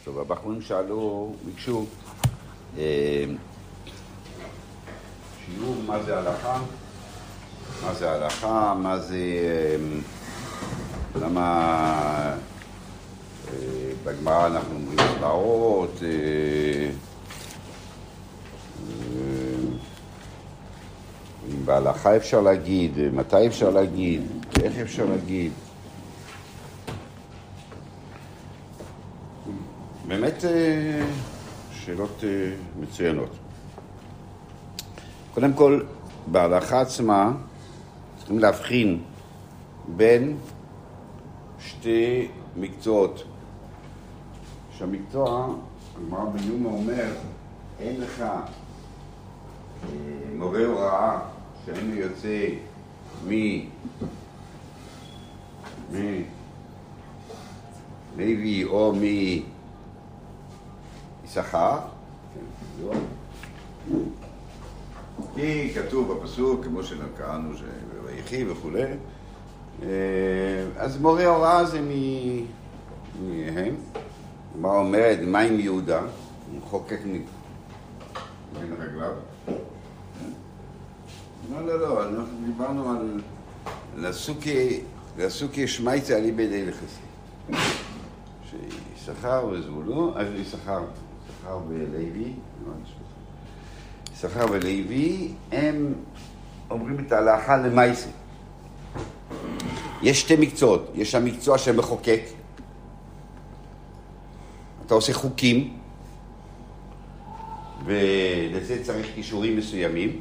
טוב, הבחורים שאלו, ביקשו שיעור מה זה הלכה, מה זה, למה בגמרא אנחנו אומרים סברות, אם בהלכה אפשר להגיד, מתי אפשר להגיד, איך אפשר להגיד. באמת שאלות מצוינות. קודם כל, בהלכה עצמה צריכים להבחין בין שתי מקצועות. שהמקצוע, הגמרא ביומא אומר, אין לך מורה הוראה שאינו יוצא מלוי או מיששכר, כי כתוב בפסוק, כמו שקראנו, ויחי וכו', אז מורה הוראה זה מהם. מה אומרת, מה עם יהודה? הוא חוקק בין רגליו. לא, אנחנו דיברנו על לסוכי שמייצה על ידי לחסי. שיששכר וזבולון, יששכר ולוי, יששכר ולוי, הם אומרים את ההלכה למעשה. יש שתי מקצועות, יש המקצוע שמחוקק, אתה עושה חוקים, ולזה צריך כישורים מסוימים,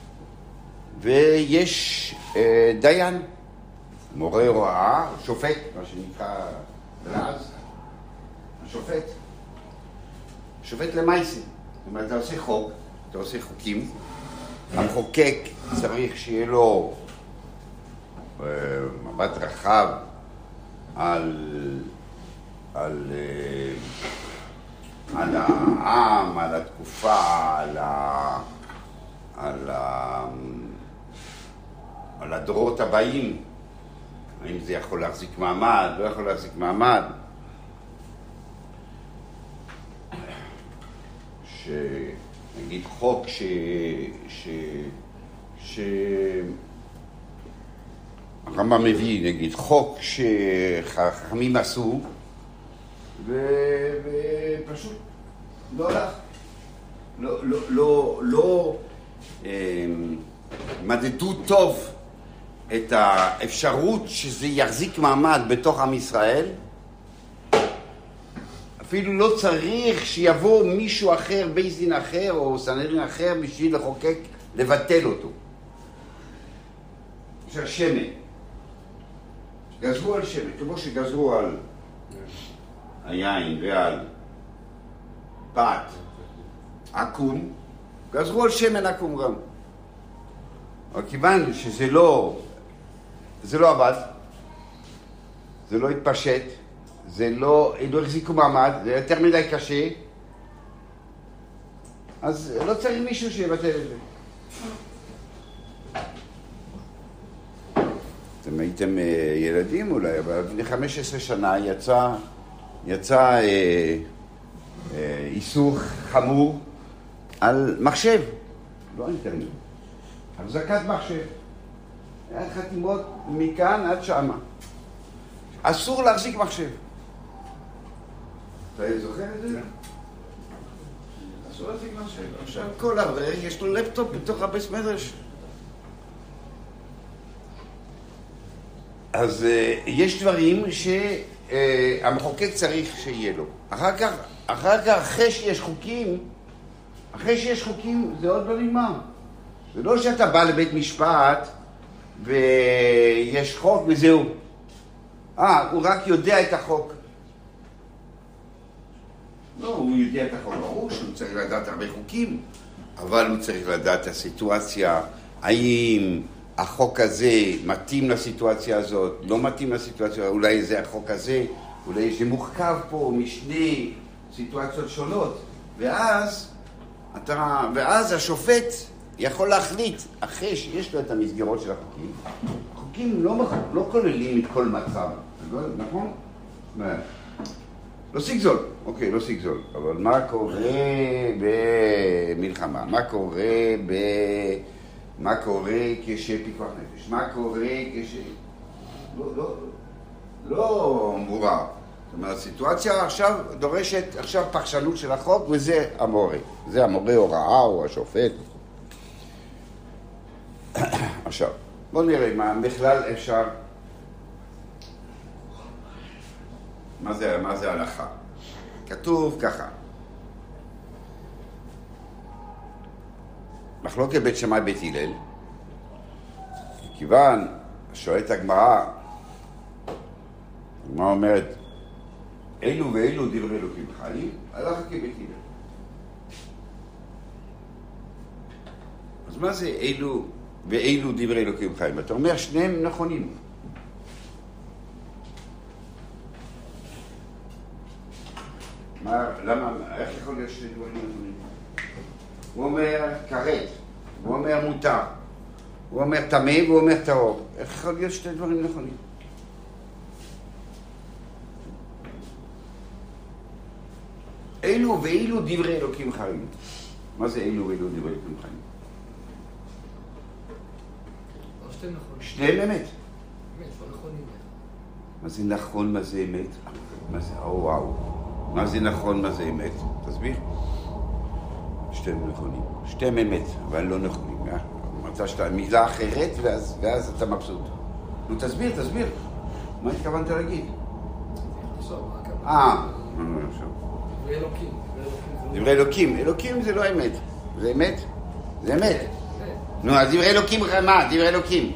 ויש דיין, מורה הוראה, שופט, מה שנקרא בלעז, שופט למעשה. זאת אומרת, אתה עושה חוק, אתה עושה חוקים, המחוקק צריך שיהיה לו מבט רחב על העם, על התקופה, על הדורות הבאים, האם זה יכול להחזיק מעמד, לא יכול להחזיק מעמד. נגיד חוק הרמב"ם מביא, נגיד חוק שחכמים עשו ופשוט לא הלך, לא מדדו טוב את האפשרות שזה יחזיק מעמד בתוך עם ישראל. אפילו לא צריך שיבוא מישהו אחר, בית דין אחר או סנהדרין אחר בשביל לחוקק, לבטל אותו. יש שמן. גזרו על שמן, כמו שגזרו על היין ועל פת עקום, גזרו על שמן עקום גם. אבל כיוון שזה לא עבד, זה לא התפשט, זה לא החזיקו מעמד, זה יותר מדי קשה, אז לא צריך מישהו שיבטל את זה. אתם הייתם ילדים אולי, אבל לפני 15 שנה יצא איסור חמור על מחשב, לא אינטרנט, החזקת מחשב. היה חתימות מכאן עד שמה. אסור להחזיק מחשב. אתה זוכר את זה? אסור להחזיק מחשב. עכשיו כל אברך יש לו לפטופ בתוך הבית מדרש. אז יש דברים שהמחוקק צריך שיהיה לו. אחר כך, אחרי שיש חוקים, זה עוד לא נגמר. זה לא שאתה בא לבית משפט ויש חוק וזהו. הוא רק יודע את החוק. לא, הוא יודע את החוק. ברור שהוא צריך לדעת הרבה חוקים, אבל הוא צריך לדעת את הסיטואציה, האם החוק הזה מתאים לסיטואציה הזאת, לא מתאים לסיטואציה, אולי זה החוק הזה, אולי זה מורכב פה משני סיטואציות שונות, ואז השופט יכול להחליט, אחרי שיש לו את המסגרות של החוקים, החוקים לא כוללים את כל מצב, נכון? לא סגזול, אוקיי, לא סגזול. אבל מה קורה במלחמה? מה קורה כשפיקוח נפש? מה קורה לא מורא. זאת אומרת, הסיטואציה עכשיו דורשת פרשנות של החוק, וזה המורה. זה המורה הוראה או השופט. עכשיו, בואו נראה מה בכלל אפשר... מה זה הלכה? כתוב ככה. מחלוקת בית שמאי בית הלל, כיוון שואלת הגמרא, הגמרא אומרת, אילו ואילו דברי אלוקים חיים, הלכה כבית הלל. אז מה זה אילו ואילו דברי אלוקים חיים? אתה אומר שניהם נכונים. למה, איך יכול להיות שני דברים נכונים? הוא אומר כרת, הוא אומר מותר, הוא אומר טמא והוא אומר טהור. איך יכול להיות שני דברים נכונים? אילו ואילו דברי אלוקים חיים. מה זה אילו ואילו דברי אלוקים חיים? שניהם אמת. אמת, לא נכונים. מה זה נכון, מה זה אמת? מה זה, וואו. מה זה נכון, מה זה אמת? תסביר. שתיהם נכונים. שתיהם אמת, אבל לא נכונים. מצא שאתה מילה אחרת, ואז אתה מבסוט. נו, תסביר. מה התכוונת להגיד? דברי אלוקים. דברי אלוקים. אלוקים זה לא אמת. זה אמת? זה אמת. נו, אז דברי אלוקים, מה? דברי אלוקים.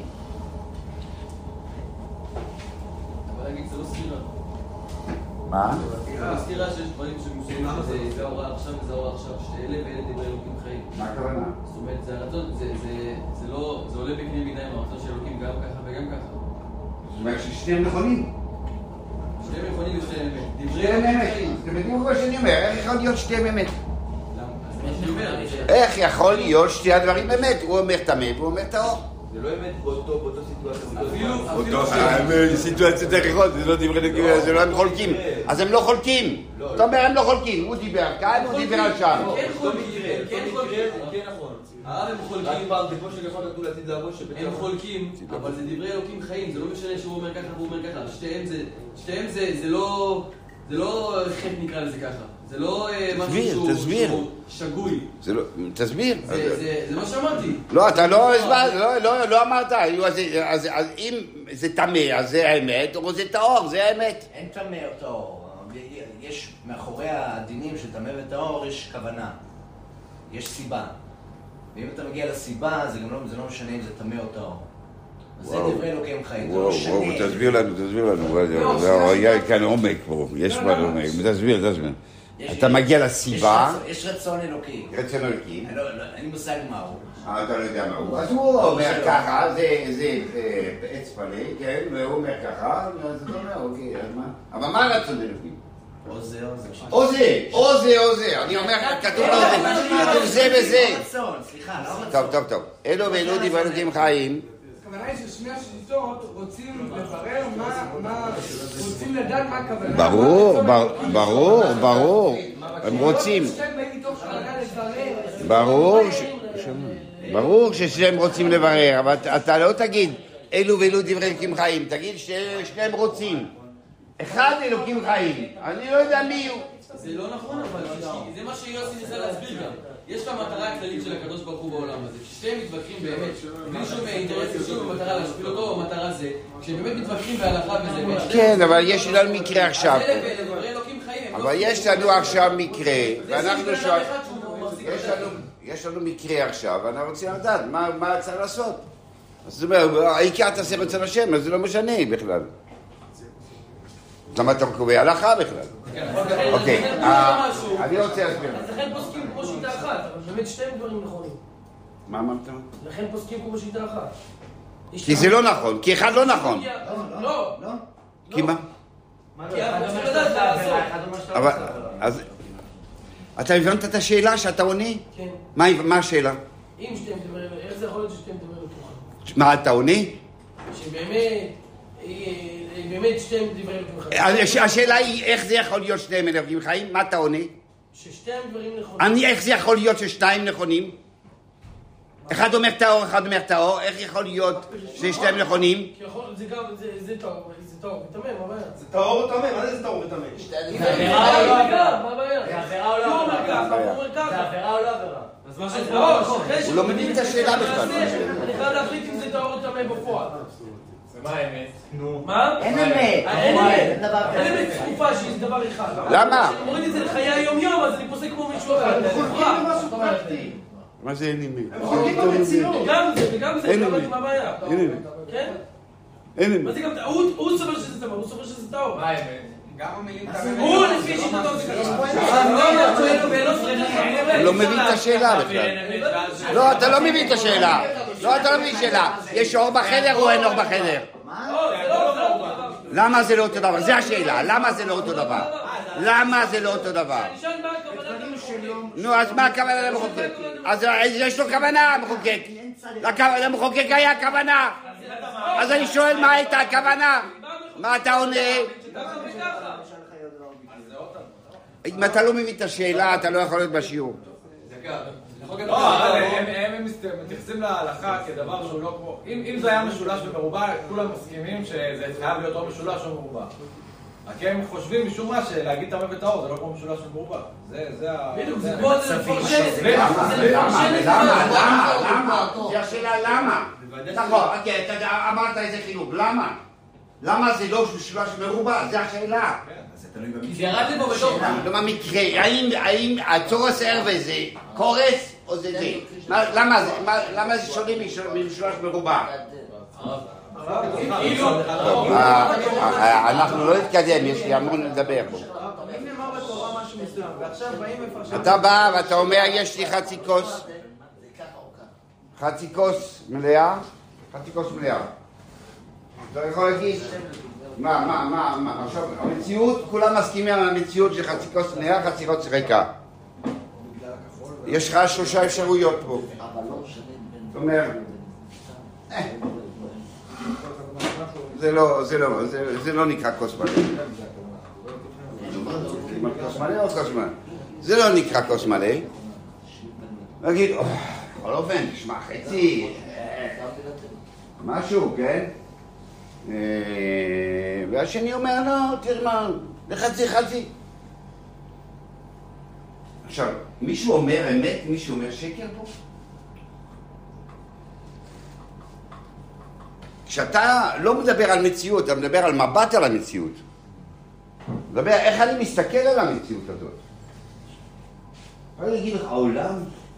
אבל להגיד, זה לא סתירה. מה? זה לא סתירה שיש דברים שמושבים שזה ההוראה עכשיו וזה ההוראה עכשיו, שאלה ואלה דברי אלוקים חיים. מה הכוונה? זאת אומרת, זה הרצון, זה עולה בקנה מידה עם הרצון של אלוקים גם ככה וגם ככה. זאת אומרת ששניהם נכונים. שניהם נכונים ושניהם אמת. שניהם אמת. אתם יודעים מה שאני אומר, איך יכול להיות שניהם אמת? למה? אז מה שאני אומר, איך יכול להיות שתי הדברים אמת? הוא אומר טמא והוא אומר טהור. זה לא אמת באותו סיטואציה. אפילו סיטואציות אחרות, זה לא דברי אלוקים, זה לא הם חולקים. אז הם לא חולקים. אתה אומר הם לא חולקים, הוא דיבר כאן, הוא דיבר על שם. כן חולקים. כן נכון. הרב הם חולקים. רק פעם, זה כמו שגפות נתנו להציד לעבוד הם חולקים, אבל זה דברי אלוקים חיים, זה לא משנה שהוא אומר ככה והוא אומר ככה. שתיהם זה לא חטא נקרא לזה ככה. זה לא משהו שהוא שגוי. תסביר. זה מה שאמרתי. לא, אתה לא אמרת. אז אם זה טמא, אז זה האמת, או זה טהור, זה האמת. אין טמא או טהור. יש מאחורי הדינים של טמא וטהור יש כוונה. יש סיבה. ואם אתה מגיע לסיבה, זה לא משנה אם זה טמא או טהור. זה דברי אלוקים חיים, זה לא שונה. תסביר לנו. היה כאן עומק פה, יש מה עומק. תסביר. אתה מגיע לסיבה. יש רצון אלוקי. רצון אלוקי. אין לי מושג מהו. אתה לא יודע מהו. אז הוא אומר ככה, זה עץ פלא, כן, והוא אומר ככה, אז אתה אומר, אוקיי, אז מה? אבל מה רצון אלוקים? או זה. אני אומר, כתוב זה וזה. סליחה, טוב. אלו ואלו דברי אלוקים חיים. הכוונה היא ששני השיטות רוצים לברר רוצים לדעת מה הכוונה. ברור. הם רוצים. ברור ששניהם רוצים לברר, אבל אתה לא תגיד אלו ואלו דברי אלוקים חיים, תגיד ששניהם רוצים. אחד אלוקים חיים, אני לא יודע מי הוא. זה לא נכון, אבל זה מה שיוסי ניסה להסביר גם. יש את המטרה הכללית של הקדוש ברוך הוא בעולם הזה. כששתיהם מתווכחים באמת, בלי שום אינטרס, שום במטרה להשפיל אותו, במטרה זה, כשבאמת מתווכחים בהלכה וזה... כן, אבל יש לנו מקרה עכשיו. אז אלה ואלה דברי אלוקים חיים. אבל יש לנו עכשיו מקרה, ואנחנו שואלים... יש לנו מקרה עכשיו, ואנחנו רוצים לדעת מה צריך לעשות. אז זאת אומרת, העיקר תעשה רצון השם, אז זה לא משנה בכלל. למה אתה קובע הלכה בכלל? אוקיי, אני רוצה להסביר. אז לכן פוסקים כמו שיטה אחת, אבל באמת שתיהם דברים נכונים. מה אמרת? לכן פוסקים כמו שיטה אחת. כי זה לא נכון, כי אחד לא נכון. לא. כי מה? כי אנחנו צריכים לדעת לעשות. אבל, אז... אתה הבנת את השאלה שאתה עונה? כן. מה השאלה? אם שתיהם דברים, איך זה יכול להיות שתיהם דברים לתוכה? מה אתה עונה? שבאמת באמת שתיהם דברים נכונים. השאלה היא, איך זה יכול להיות שניהם אלוהים חיים? מה אתה עונה? ששתיהם דברים נכונים. איך זה יכול להיות ששניים נכונים? אחד אומר טהור, אחד אומר טהור, איך יכול להיות ששתיהם נכונים? כי זה גם, זה טהור, וטמא, מה הבעיה? זה טהור וטמא, מה זה טהור וטמא? זה עבירה או לא עבירה? זה עבירה או לא עבירה? זה עבירה או לא עבירה? אז מה שזה לא, הוא לא מבין את השאלה בכלל. אני חייב להחליט אם זה טהור או טמא בפועל. ומה האמת? נו. מה? אין אמת. אין אמת צפופה שהיא דבר אחד. למה? כשאני מוריד את זה לחיי היום-יום, אז אני פוסק כמו מישהו אחד. מה זה אין אמת? גם זה, וגם זה, מה הבעיה? כן? אין מה אמת. זה גם, הוא סובר שזה טמא, הוא סובר שזה טהור. מה האמת? גם המילים הוא לפי שיטתו זה ככה. הוא לא מבין את השאלה בכלל. לא, אתה לא מבין את השאלה. לא, אתה לא מבין את השאלה. יש אור בחדר או אין אור בחדר? למה זה לא אותו דבר? זה השאלה. למה זה לא אותו דבר? למה זה לא אותו דבר? נו, אז מה הכוונה למחוקק? אז יש לו כוונה, המחוקק. למחוקק היה כוונה. אז אני שואל מה הייתה הכוונה? מה אתה עונה? אם אתה לא מבין את השאלה, אתה לא יכול להיות בשיעור. לא, אבל הם מתייחסים להלכה כדבר שהוא לא כמו... אם זה היה משולש ומרובע, כולם מסכימים שזה חייב להיות או משולש או מרובע. רק הם חושבים משום מה שלהגיד טמא וטהור זה לא כמו משולש ומרובע. זה ה... בדיוק, זה פה זה לפרשן. למה? זה השאלה למה? נכון, אמרת איזה חינוך, למה? למה זה לא משולש ומרובע? זה השאלה. כי זה ירד לי פה בתוך. לא במקרה, האם הצורס ערווה זה קורס או זה זה? למה זה שונה ממשולש מרובע? אנחנו לא נתקדם, יש לי המון לדבר פה. אם נאמר בתורה משהו מסוים, ועכשיו באים מפרשים... אתה בא ואתה אומר, יש לי חצי כוס. חצי כוס מלאה? חצי כוס מלאה. אתה יכול להגיד... מה, עכשיו, המציאות, כולם מסכימים על המציאות של חצי כוס מלאה, חצי כוס ריקה. יש לך 3 אפשרויות פה. זאת אומרת, זה לא נקרא כוס מלא. כוס מלא או כוס מלא? זה לא נקרא כוס מלא. נגיד, בכל אופן, תשמע, חצי, משהו, כן? והשני אומר, לא, תראה, לחצי. עכשיו, מישהו אומר אמת, מישהו אומר שקר פה? כשאתה לא מדבר על מציאות, אתה מדבר על מבט על המציאות. מדבר איך אני מסתכל על המציאות הזאת. אני אגיד לך, העולם,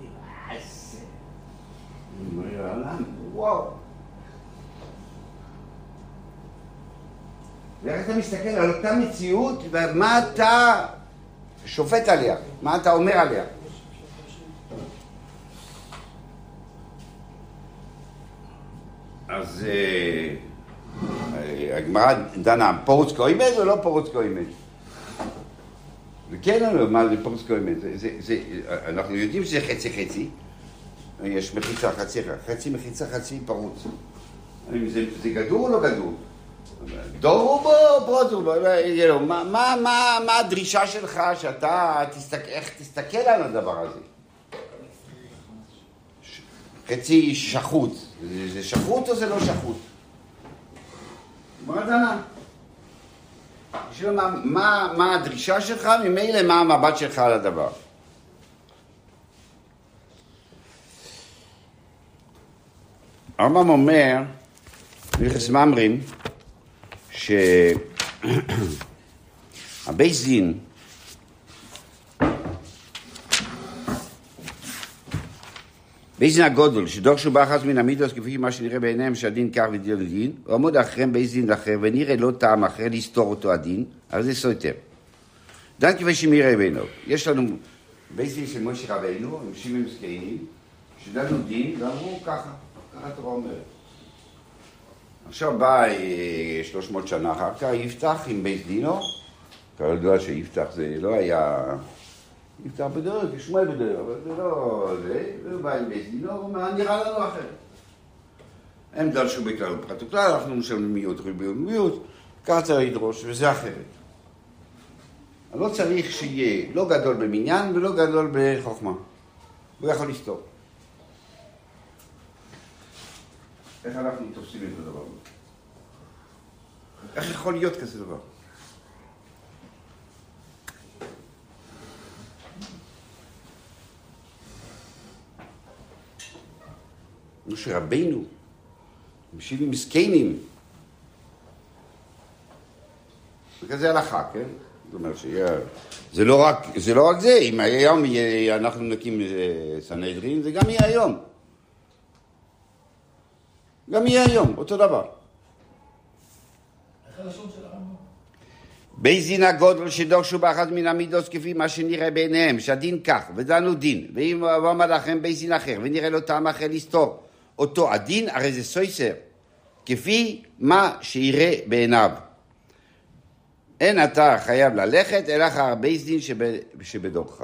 וואו. ואיך אתה מסתכל על אותה מציאות, ומה אתה שופט עליה, מה אתה אומר עליה. אז הגמרא דנה, פורץ קוימד או לא פורץ קוימד? וכן או לא, מה זה פורץ קוימד? אנחנו יודעים שזה חצי, יש מחיצה, חצי מחיצה, חצי פרוץ. זה גדול או לא גדול? דור בו, פרוץ בו, מה הדרישה שלך שאתה, איך תסתכל על הדבר הזה? חצי שחוט, זה שחוט או זה לא שחוט? מה דנה? מה הדרישה שלך, ממילא מה המבט שלך על הדבר? הרמב"ם אומר, נכס מאמרים, שהבייס דין בייס דין הגודל, שדורשו באחת מן המידות כפי מה שנראה בעיניהם שהדין כך ודין לדין, ועמוד אחריהם בייס דין לאחר, ונראה לא טעם אחר להסתור אותו הדין, אבל זה סותר. דן כפי שמיראה בעיניו. יש לנו בייס דין של משה רבינו, עם 70 זקנים, שדנו דין, ואמרו ככה התורה אומרת. עכשיו בא 300 שנה אחר כך, יפתח עם בייס דינו, כידוע שיפתח זה לא היה... יפתח בדרך, ישמעאל בדרך, אבל זה לא זה, והוא בא עם בייס דינו, הוא אומר, נראה לנו אחרת. הם דרשו בכלל ופרט וכלל, אנחנו משלמים מיעוט ריבוי ומיעוט, ככה צריך לדרוש, וזה אחרת. אני לא צריך שיהיה לא גדול במניין ולא גדול בחוכמה. הוא יכול לסתור. איך אנחנו תופסים את הדבר הזה? איך יכול להיות כזה דבר? משה רבינו, משיבים מסכנים. וכזה הלכה, כן? זאת אומרת זה לא רק זה, אם היום אנחנו נקים סנהדרין, זה גם יהיה היום. גם יהיה היום, אותו דבר. איך הלשון של הרמב"ם? בית דין הגודל שדורשו באחת מן המידות כפי מה שנראה בעיניהם, שהדין כך, ודנו דין, ואם אמר לכם בית דין אחר, ונראה לו טעם אחר לסתור אותו הדין, הרי זה סויסר, כפי מה שיראה בעיניו. אין אתה חייב ללכת, אלא אחר בית דין שבדורך.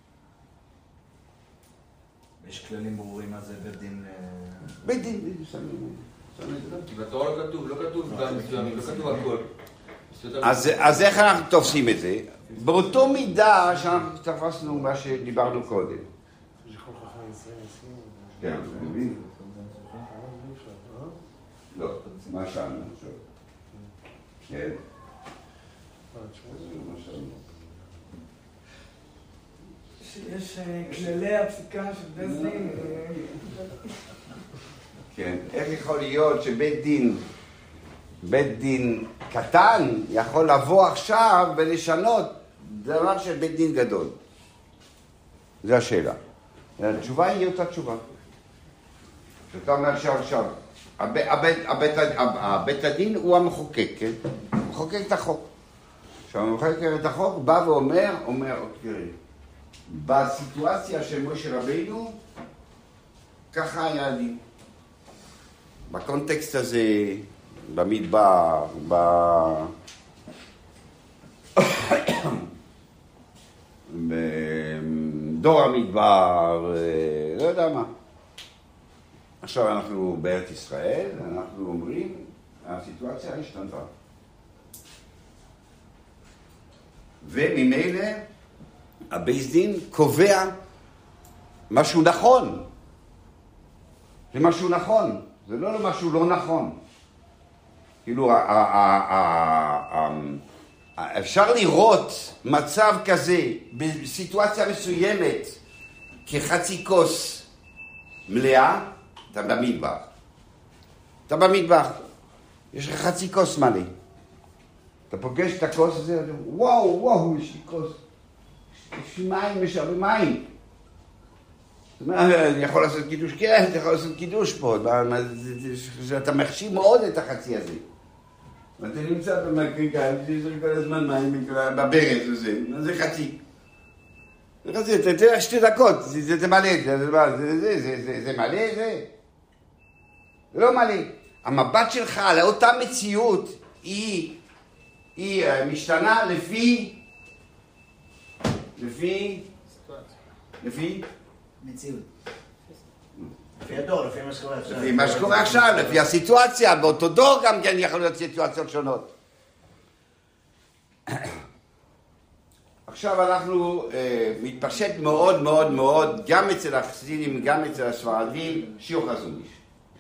יש כללים ברורים מה זה בית דין... בית דין, כי בתורה לא כתוב, לא כתוב הכל. אז איך אנחנו תופסים את זה? באותו מידה שאנחנו תפסנו מה שדיברנו קודם. כן, אתה מבין? לא, מה שאלנו עכשיו? כן. יש כללי הפסיקה של בית דין. כן, איך יכול להיות שבית דין קטן יכול לבוא עכשיו ולשנות דבר של בית דין גדול? זו השאלה. התשובה היא אותה תשובה. שאתה אומר שעכשיו, בית הדין הוא המחוקק, כן? הוא מחוקק את החוק. עכשיו, המחוקק את החוק בא ואומר, תראי, בסיטואציה של משה רבינו, ככה היה הדין. בקונטקסט הזה, במדבר, בדור המדבר, לא יודע מה. עכשיו אנחנו בארץ ישראל, אנחנו אומרים, הסיטואציה השתנתה. וממילא, הבית דין קובע משהו נכון. זה משהו נכון, זה לא משהו לא נכון. כאילו, אפשר לראות מצב כזה בסיטואציה מסוימת כחצי כוס מלאה, אתה במטבח. יש לך חצי כוס מלא. אתה פוגש את הכוס הזה, ואתה אומר, וואו, יש לי כוס. יש לי מים, יש הרבה מים. זאת אומרת, אני יכול לעשות קידוש, כן, אתה יכול לעשות קידוש פה. אתה מחשיב מאוד את החצי הזה. ואתה נמצא במקריקה, יש לך כל הזמן מים בברז וזה, זה חצי. זה חצי, אתה תראה 2 דקות, זה מלא, זה מלא, זה לא מלא. המבט שלך על אותה מציאות היא משתנה לפי מציאות. לפי הדור, לפי מה שקורה עכשיו. לפי מה שקורה עכשיו, לפי הסיטואציה, באותו דור גם כן יכול להיות סיטואציות שונות. עכשיו אנחנו מתפשט מאוד מאוד מאוד, גם אצל החסידים, גם אצל הספרדים, שיעור חזון איש.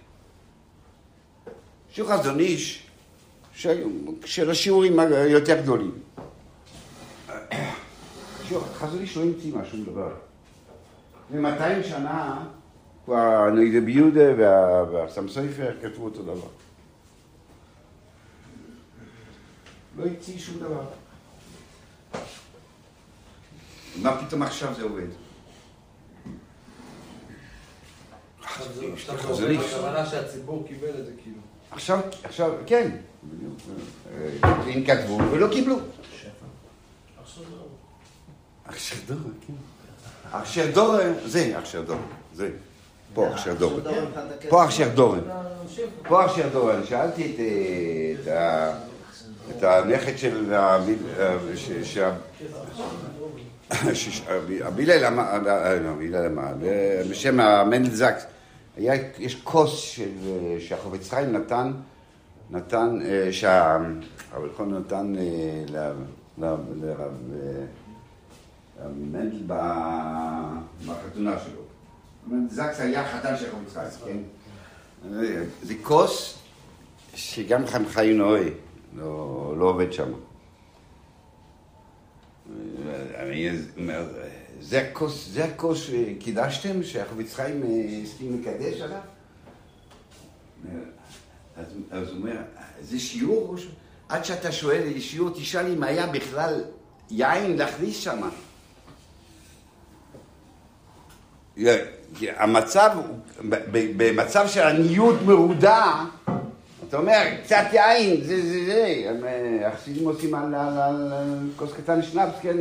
שיעור חזון איש של השיעורים יותר גדולים. חזון איש לא המציא משהו דבר. ו200 שנה כבר הנוידה ביודה והסם סופר כתבו אותו דבר. לא המציא שום דבר. מה פתאום עכשיו זה עובד? חזון איש. הכוונה שהציבור קיבל את זה כאילו. עכשיו, כן. הם כתבו ולא קיבלו. אכשר דור, כן. אכשר דור, זה אכשר דור. זה. פה אכשר דור. פה אכשר דור. פה אכשר דור. אני שאלתי את הנכד של הבילל אמר, בשם המנדל זקס, יש כוס שהחפץ חיים נתן נתן, שהרב נתן לרב מנדל בחתונה שלו. זקס היה חתן של חפץ חיים, כן? זה כוס שגם חיים נוי לא עובד שם. זה הכוס שקידשתם, שהחפץ חיים הסכים לקדש עליו? אז הוא אומר, זה שיעור? עד שאתה שואל שיעור, תשאל אם היה בכלל יין להכניס שם. המצב, במצב של עניות מרודה, אתה אומר, קצת יין, זה, החסידים עושים על כוס קטן שנפס, כן,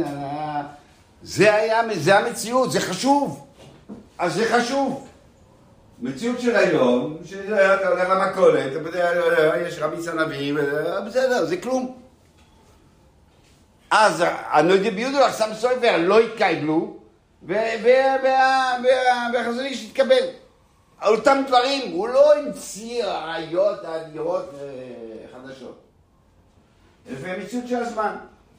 זה המציאות, זה חשוב, אז זה חשוב. מציאות של היום, שאתה הולך למכולת, יש רבי צנבים, בסדר, זה כלום. אז הנוידי ביודו שם סופר, לא התקייבלו, והחזון איש התקבל. על אותם דברים, הוא לא המציא ראיות אדירות חדשות. לפי המציאות של הזמן.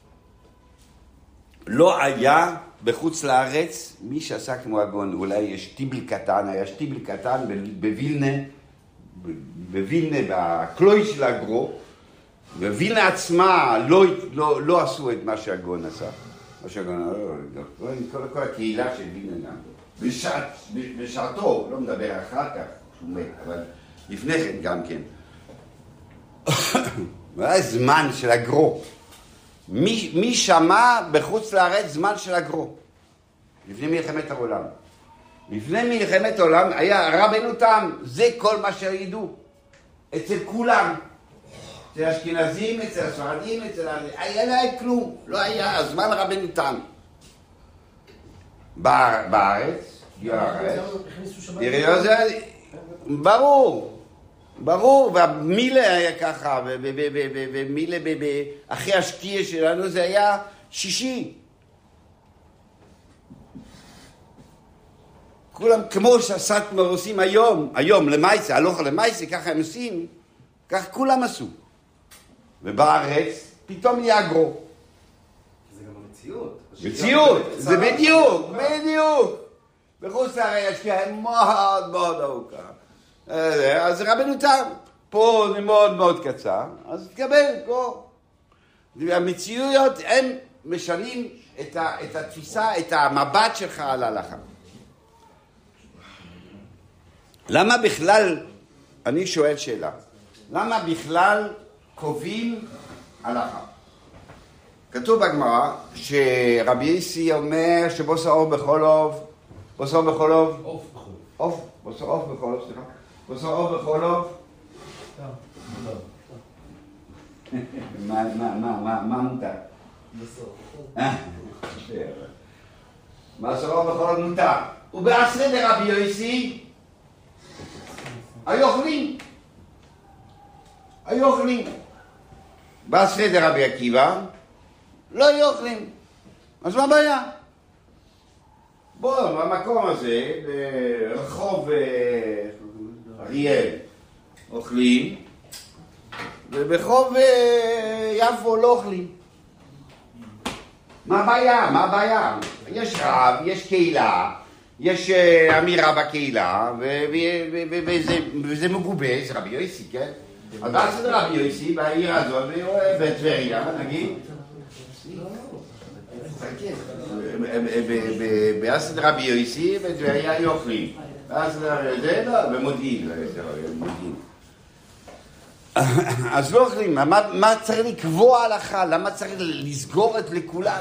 לא היה בחוץ לארץ מי שעשה כמו הגאון, אולי יש טיבל קטן, היה שטיבל קטן בווילנה, בקלוי של הגרו, ווילנה עצמה לא עשו את מה שהגאון עשה. מה שהגאון, כל הקהילה של וילנה גם. בשעתו, לא מדבר אחר כך, שהוא מת, אבל לפני כן גם כן. היה זמן של הגרו. מי שמע בחוץ לארץ זמן של הגרו? לפני מלחמת העולם. לפני מלחמת העולם היה רבנו תם, זה כל מה שידעו. אצל כולם. אצל האשכנזים, אצל הספרדים, היה להם כלום. לא היה, הזמן רבנו תם. בארץ, ברור, והמילה היה ככה, ומילה אחרי השקיע שלנו זה היה שישי. כולם כמו שהסטמר עושים היום למייסה, הלוך למייסה, ככה הם עושים, כך כולם עשו. ובארץ פתאום נהיה גרו. זה גם המציאות. מציאות, זה בדיוק. בחוץ לארץ השקיעה מאוד מאוד ארוכה. אז רבנו תם, פה זה מאוד מאוד קצר, אז תקבל פה. המציאויות הם משנים את התפיסה, את המבט שלך על ההלכה. למה בכלל, אני שואל שאלה, למה בכלל קובעים הלכה? כתוב בגמרא שרבי יוסי אומר שבוסר עוף בכל עוף, בוסר עוף בכל עוף, בוסר עוף בכל עוף, סליחה, בוסר עוף בכל עוף. מה מותר? בוסר עוף בכל עוף מותר. ובעשרה דרבי יוסי היו אוכלים. בעשרה דרבי עקיבא לא היו אוכלים. אז מה הבעיה? בואו, במקום הזה, ברחוב אריאל, אוכלים, וברחוב יפו לא אוכלים. מה הבעיה? יש רב, יש קהילה, יש אמירה בקהילה, וזה מגובה, זה רבי יוסי, כן? אז בעשרה רבי יוסי, בעיר הזאת, בטבריה, נגיד, בעשרה רבי יוסי, בטבריה היו אוכלים. זה לא, במודיעין. אז לא אוכלים, מה צריך לקבוע הלכה? למה צריך לסגור את לכולם?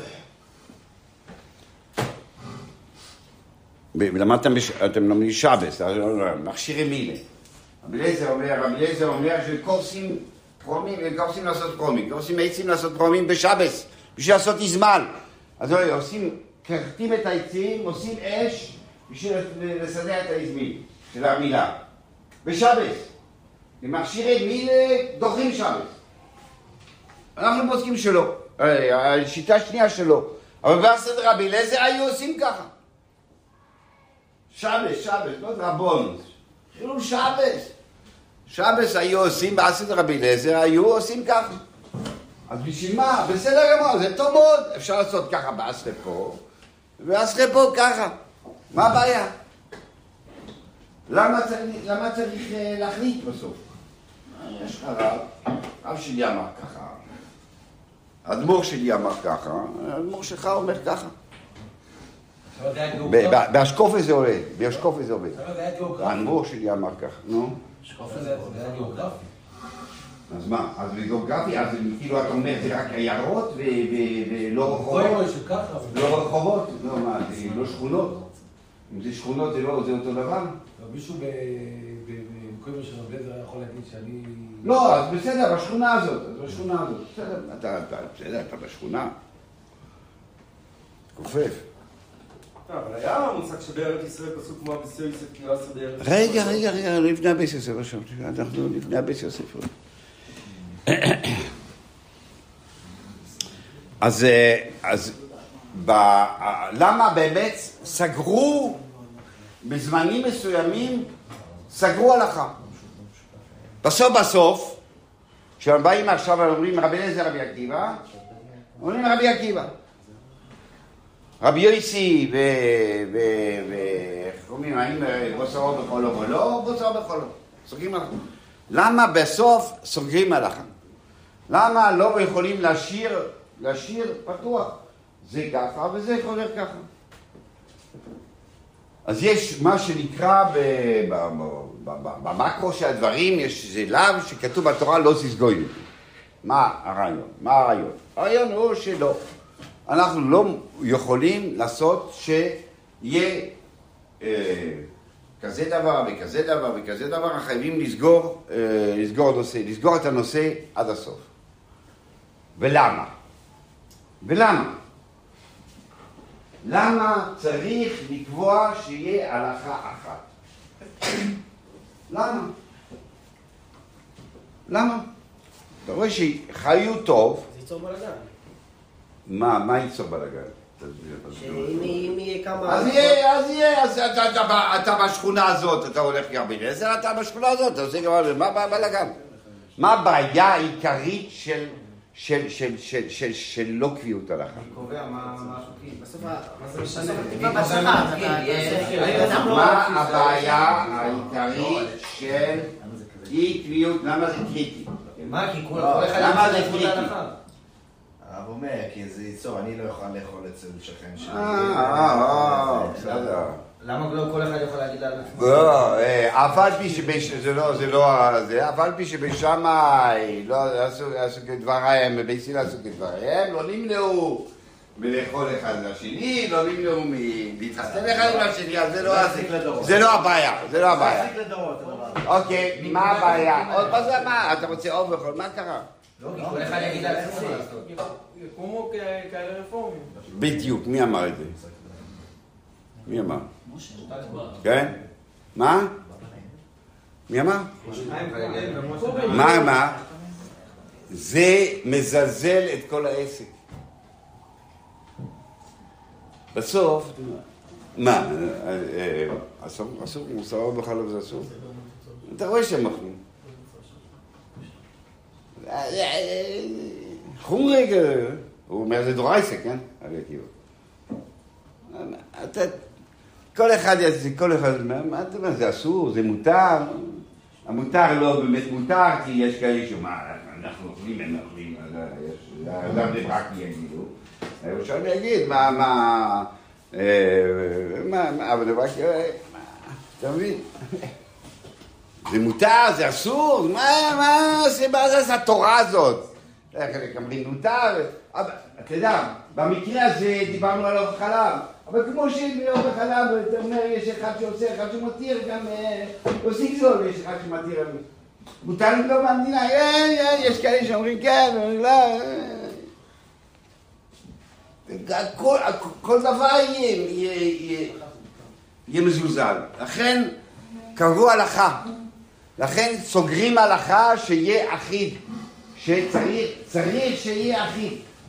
למה אתם לומדים שבס? מכשירי מילה. רבי אליעזר אומר שקורסים פרומים, קורסים לעשות פרומים, קורסים עצים לעשות פרומים בשבס, בשביל לעשות איזמל. אז עושים, קרטים את העצים, עושים אש בשביל לסדר את האזמיל של המילה. בשבס. במכשירי מילה דוחים שבס. אנחנו פוסקים שלו, השיטה השנייה שלו. אבל בעשרה רבי אליעזר היו עושים ככה. שבס, לא רבון. חילול שבס. שבס היו עושים בעשית רבי אליעזר, היו עושים ככה. אז בשביל מה? בסדר גמור, זה טוב מאוד. אפשר לעשות ככה בעשרה פה, ועשרה פה ככה. מה הבעיה? למה צריך להחליט בסוף? יש לך רב שלי אמר ככה, האדמו"ר שלי אמר ככה, האדמו"ר שלך אומר ככה. באשקופה זה עולה, באשקופה זה עובד. האדמו"ר שלי אמר ככה, נו. אשקופה זה היה גיאוגרפי. אז מה? אז בגיאוגרפי, אז כאילו אתה אומר זה רק עיירות ולא רחובות? לא רחובות? לא מה, זה לא שכונות? אם זה שכונות זה אותו דבר? מישהו במקום של רב אליעזר יכול להגיד שאני... לא, אז בסדר, בשכונה הזאת, בסדר, אתה בשכונה. כופף. אבל היה מושג שבארץ ישראל פסוק כמו אביס יוסף נראה בארץ ישראל. רגע, לפני אביס יוסף, אנחנו לפני אביס יוסף. אז למה באמת סגרו בזמנים מסוימים, סגרו הלכה? בסוף, כשהם באים עכשיו ואומרים רבי אליעזר רבי עקיבא, אומרים רבי עקיבא. רבי יוסי איך קוראים, האם בוסרו בחולו או לא, בוסרו בחולו. סוגרים הלכה. למה בסוף סוגרים הלכה? למה לא יכולים להשאיר פתוח? זה ככה וזה חוזר ככה. אז יש מה שנקרא במקרו של הדברים, יש זה לאו שכתוב בתורה לא תסגוי. מה הרעיון? הרעיון הוא שלא. אנחנו לא יכולים לעשות שיהיה כזה דבר וכזה דבר וכזה דבר, חייבים לסגור את הנושא עד הסוף. ולמה? למה צריך לקבוע שיהיה הלכה אחת? למה? אתה רואה שחיו טוב. זה ייצור בלגן. מה ייצור בלגן? שאם יהיה כמה... אז אתה בשכונה הזאת, אתה הולך לרבי אליעזר, אתה בשכונה הזאת, אתה עושה גם... מה בלגן? מה הבעיה העיקרית של לא קביעות הלכה? אני קובע מה החוקים. בסוף מה זה משנה? תקבע בהצלחה. מה הבעיה העיקרית של אי קביעות? למה זה קריטי? מה? כי כל אחד... למה זה קריטי? הרב אומר, כי זה ייצור, אני לא יכול לאכול אצל שכן שלי. בסדר. למה לא כל אחד יכול להגיד על עצמו? לא, אף על פי אף על פי שבשמאי לא עשו כדבריהם, בבית סילה עשו כדבריהם, לא נמנעו מלאכול אחד לשני, לא נמנעו להתחתן אחד עם השני, אז זה לא הבעיה, אוקיי, מה הבעיה? מה, אתה רוצה עוד בכל, מה קרה? לא, כי כל אחד יגיד על עצמו. כמו כאלה רפורמים. בדיוק, מי אמר את זה? מי אמר? כן? מה? מי אמר? מה? זה מזלזל את כל העסק. בסוף, מה? אסור, מוסר בחלב זה אסור? אתה רואה שהם אוכלים. חומרי, הוא אומר זה דורייסה, כן? כל אחד, מה אתה אומר, זה אסור, זה מותר. המותר לא באמת מותר, כי יש כאלה שמה, אנחנו אוכלים, הם אוכלים, אדם דברק יגידו. אפשר להגיד, אבל דברק, אתה מבין? זה מותר, זה אסור, מה זה התורה הזאת? חלק אומרים מותר, אתה יודע, במקרה הזה דיברנו על אוכל חלב, אבל כמו שבאוכל חלב, אתה אומר, יש אחד שעושה, אחד שמתיר, גם עושים זול, יש אחד שמתיר. מותר לגלוב במדינה, יש כאלה שאומרים כן, לא. כל דבר יהיה מזולזל. לכן קבעו הלכה. לכן סוגרים הלכה שיהיה אחיד. שצריך שיהיה אחיד.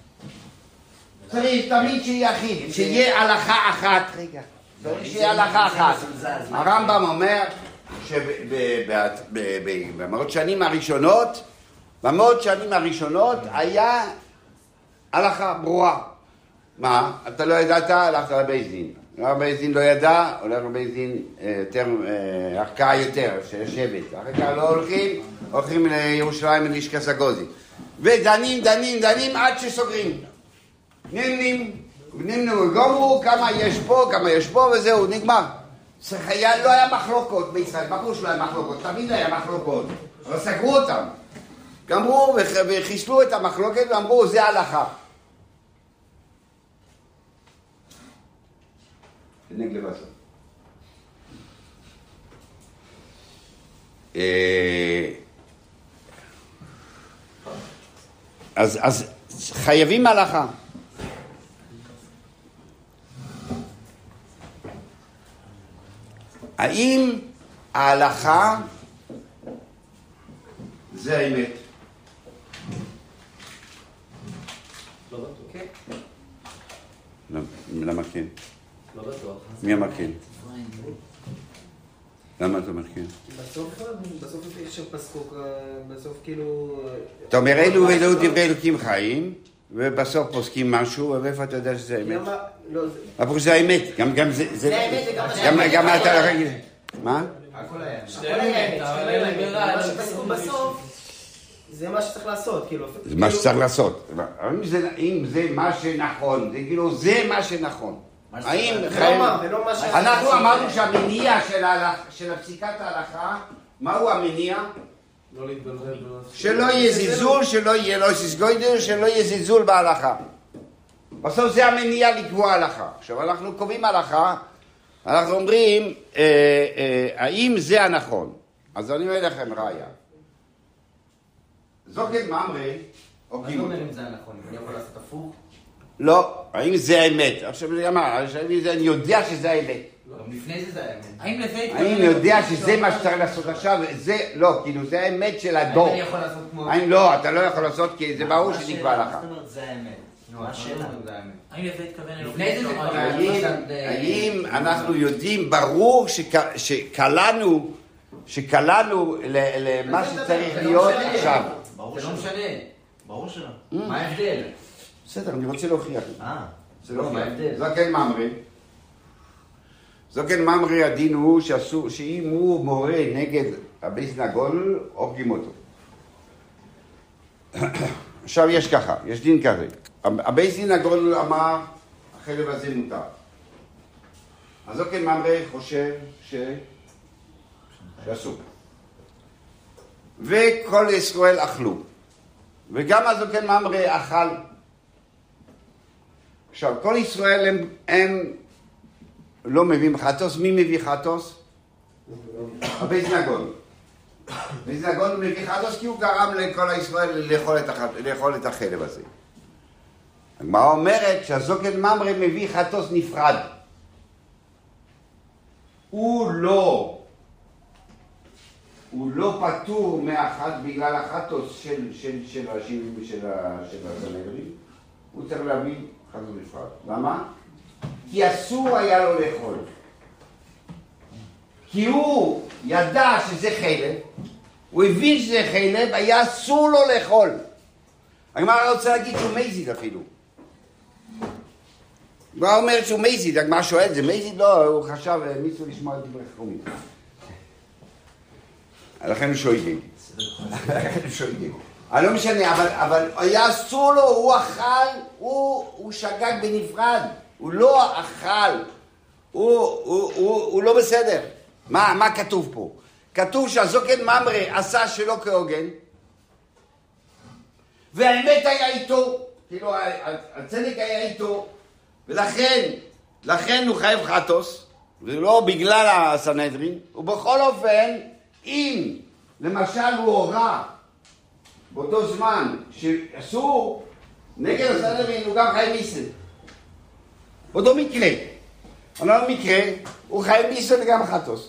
צריך תמיד שיהיה אחיד. שיהיה הלכה אחת. רגע. צריך שיהיה הלכה אחת. הרמב"ם אומר שבמאות שנים הראשונות היה הלכה ברורה. מה? אתה לא ידעת, הלכת לבית דין. בית דין לא ידע, הולך לבית דין יותר, ערכאה יותר, שבט. אחר כך לא הולכים לירושלים ללשכת הגוזי. ודנים עד שסוגרים. נמנו, גומרו כמה יש פה וזהו, נגמר. לא היה מחלוקות בישראל, ברור שלא היה מחלוקות, תמיד היה מחלוקות, אבל סגרו אותם. גמרו וחיסלו את המחלוקת ואמרו, זה הלכה. נגד לבסוף. אז חייבים הלכה. האם ההלכה זה האמת? לא בטוח. כן. למה כן? לא בטוח. מי אמר כן? למה אתה אומר כן? בסוף יש פסוק, בסוף כאילו... אתה אומר, אלו דברי אלוקים חיים, ובסוף פוסקים משהו, ואיפה אתה יודע שזה האמת? אבל זה האמת, גם זה... זה האמת, גם אתה... מה? הכל היה. שתי האמת, אבל אין לגרה. מה שפסקו בסוף, זה מה שצריך לעשות, כאילו... זה מה שצריך לעשות. אם זה מה שנכון, זה כאילו, זה מה שנכון. האם... אנחנו אמרנו שהמניע של הפסיקת ההלכה, מהו המניע? לא להתבלבל. שלא יהיה זלזול, שלא יהיה לא סיסגוידר, שלא יהיה זלזול בהלכה. בסוף זה המניע לקבוע הלכה. עכשיו אנחנו קובעים הלכה, אנחנו אומרים, האם זה הנכון? אז אני אומר לכם ראיה. זוקן ממרי, או מה אתה אומר אם זה הנכון? אני יכול לעשות הפוך? לא, האם זה האמת? עכשיו אני יודע שזה האמת. גם לפני זה האמת. האם לפי... אני יודע שזה מה שצריך לעשות עכשיו, זה לא, כאילו זה האמת של הדור. אני יכול לעשות כמו... האם לא, אתה לא יכול לעשות כי זה ברור שנקבע לך. מה זאת אומרת זה האמת? מה השאלה? האם לפי התכוון לפני זה כבר... האם אנחנו יודעים ברור שקלענו למה שצריך להיות עכשיו? ברור שלא משנה. ברור שלא. מה ההבדל? בסדר, אני רוצה להוכיח. לא, מה ההבדל? זוקן ממרי הדין הוא שאם הוא מורה נגד הבית דין הגדול, הורגים אותו. עכשיו יש ככה, יש דין כזה. הבית דין הגדול אמר, החלב הזה מותר. אז זוקן ממרי חושב שאסור. וכל ישראל אכלו. וגם הזוקן ממרי אכל. עכשיו, כל ישראל הם לא מביאים חטוס. מי מביא חטוס? הבית דין הגדול. הבית דין הגדול מביא חטוס כי הוא גרם לכל ישראל לאכול את החלב הזה. הגמרא אומרת שהזוקן ממרי מביא חטוס נפרד. הוא לא פטור מאחד בגלל החטוס של הסנהדרין. הוא צריך להביא חטוס נפרד. למה? כי אסור היה לו לאכול. כי הוא ידע שזה חלב, הוא הבין שזה חלב, היה אסור לו לאכול. הגמרא רוצה להגיד שהוא מזיד אפילו. הגמרא אומרת שהוא מזיד, הגמרא שואלת, זה מזיד? לא, הוא חשב, מישהו לשמוע את דברי חכמים. לכן הוא שויגג. לא משנה, אבל היה אסור לו, הוא אכל, הוא שגג בנפרד. הוא לא אכל, הוא לא בסדר. מה כתוב פה? כתוב שהזוקן ממרי עשה שלא כהוגן, והאמת היה איתו, כאילו הצדק היה איתו, ולכן הוא חייב חטוס, ולא בגלל הסנהדרין, ובכל אופן, אם למשל הוא הורה באותו זמן שאסור, נגד הסנהדרין הוא גם חייב מיסה. אותו מקרה. אבל במקרה, הוא חייב מיסה וגם חטוס.